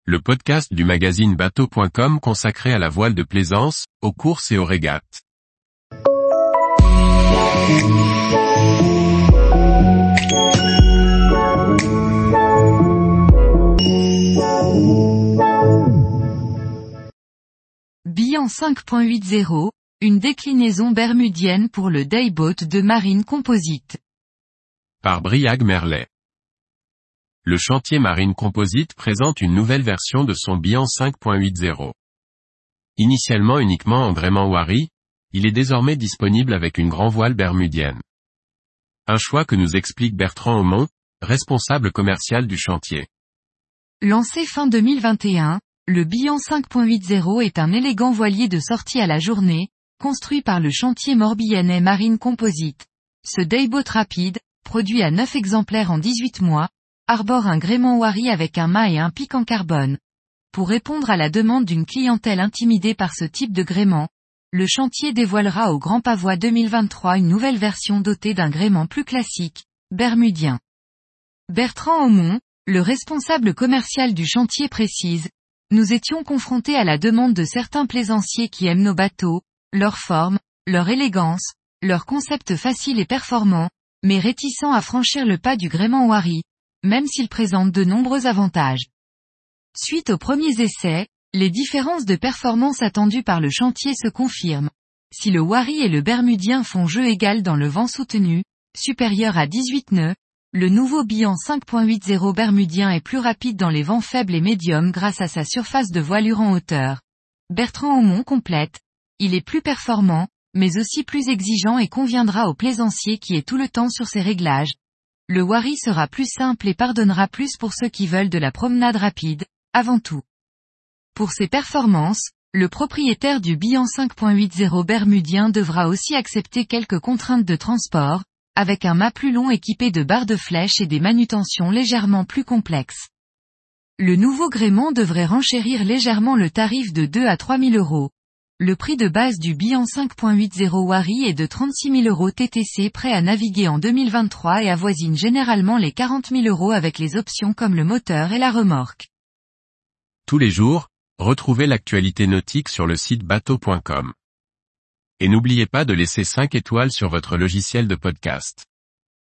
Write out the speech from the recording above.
le podcast du magazine bateau.com consacré à la voile de plaisance, aux courses et aux régates. Bihan 5.80, une déclinaison bermudienne pour le dayboat de Marine Composite. Par Briag Merlet. Le chantier Marine Composite présente une nouvelle version de son Bihan 5.80. Initialement uniquement en gréement Wary, il est désormais disponible avec une grand voile bermudienne. Un choix que nous explique Bertrand Aumont, responsable commercial du chantier. Lancé fin 2021, le Bihan 5.80 est un élégant voilier de sortie à la journée, construit par le chantier morbihanais Marine Composite. Ce dayboat rapide, produit à 9 exemplaires en 18 mois, arbore un gréement Wary avec un mât et un pic en carbone. Pour répondre à la demande d'une clientèle intimidée par ce type de gréement, le chantier dévoilera au Grand Pavois 2023 une nouvelle version dotée d'un gréement plus classique, bermudien. Bertrand Aumont, le responsable commercial du chantier précise: nous étions confrontés à la demande de certains plaisanciers qui aiment nos bateaux, leur forme, leur élégance, leur concept facile et performant, mais réticents à franchir le pas du gréement Wary, même s'il présente de nombreux avantages. Suite aux premiers essais, les différences de performance attendues par le chantier se confirment. Si le Wary et le bermudien font jeu égal dans le vent soutenu, supérieur à 18 nœuds, le nouveau Bihan 5.80 bermudien est plus rapide dans les vents faibles et médiums grâce à sa surface de voilure en hauteur. Bertrand Aumont complète: il est plus performant, mais aussi plus exigeant et conviendra au plaisancier qui est tout le temps sur ses réglages. Le Wary sera plus simple et pardonnera plus pour ceux qui veulent de la promenade rapide, avant tout. Pour ses performances, le propriétaire du Bihan 5.80 bermudien devra aussi accepter quelques contraintes de transport, avec un mât plus long équipé de barres de flèche et des manutentions légèrement plus complexes. Le nouveau gréement devrait renchérir légèrement le tarif de 2 à 3 000 euros. Le prix de base du Bihan 5.80 Wary est de 36 000 euros TTC prêt à naviguer en 2023 et avoisine généralement les 40 000 euros avec les options comme le moteur et la remorque. Tous les jours, retrouvez l'actualité nautique sur le site bateau.com. Et n'oubliez pas de laisser 5 étoiles sur votre logiciel de podcast.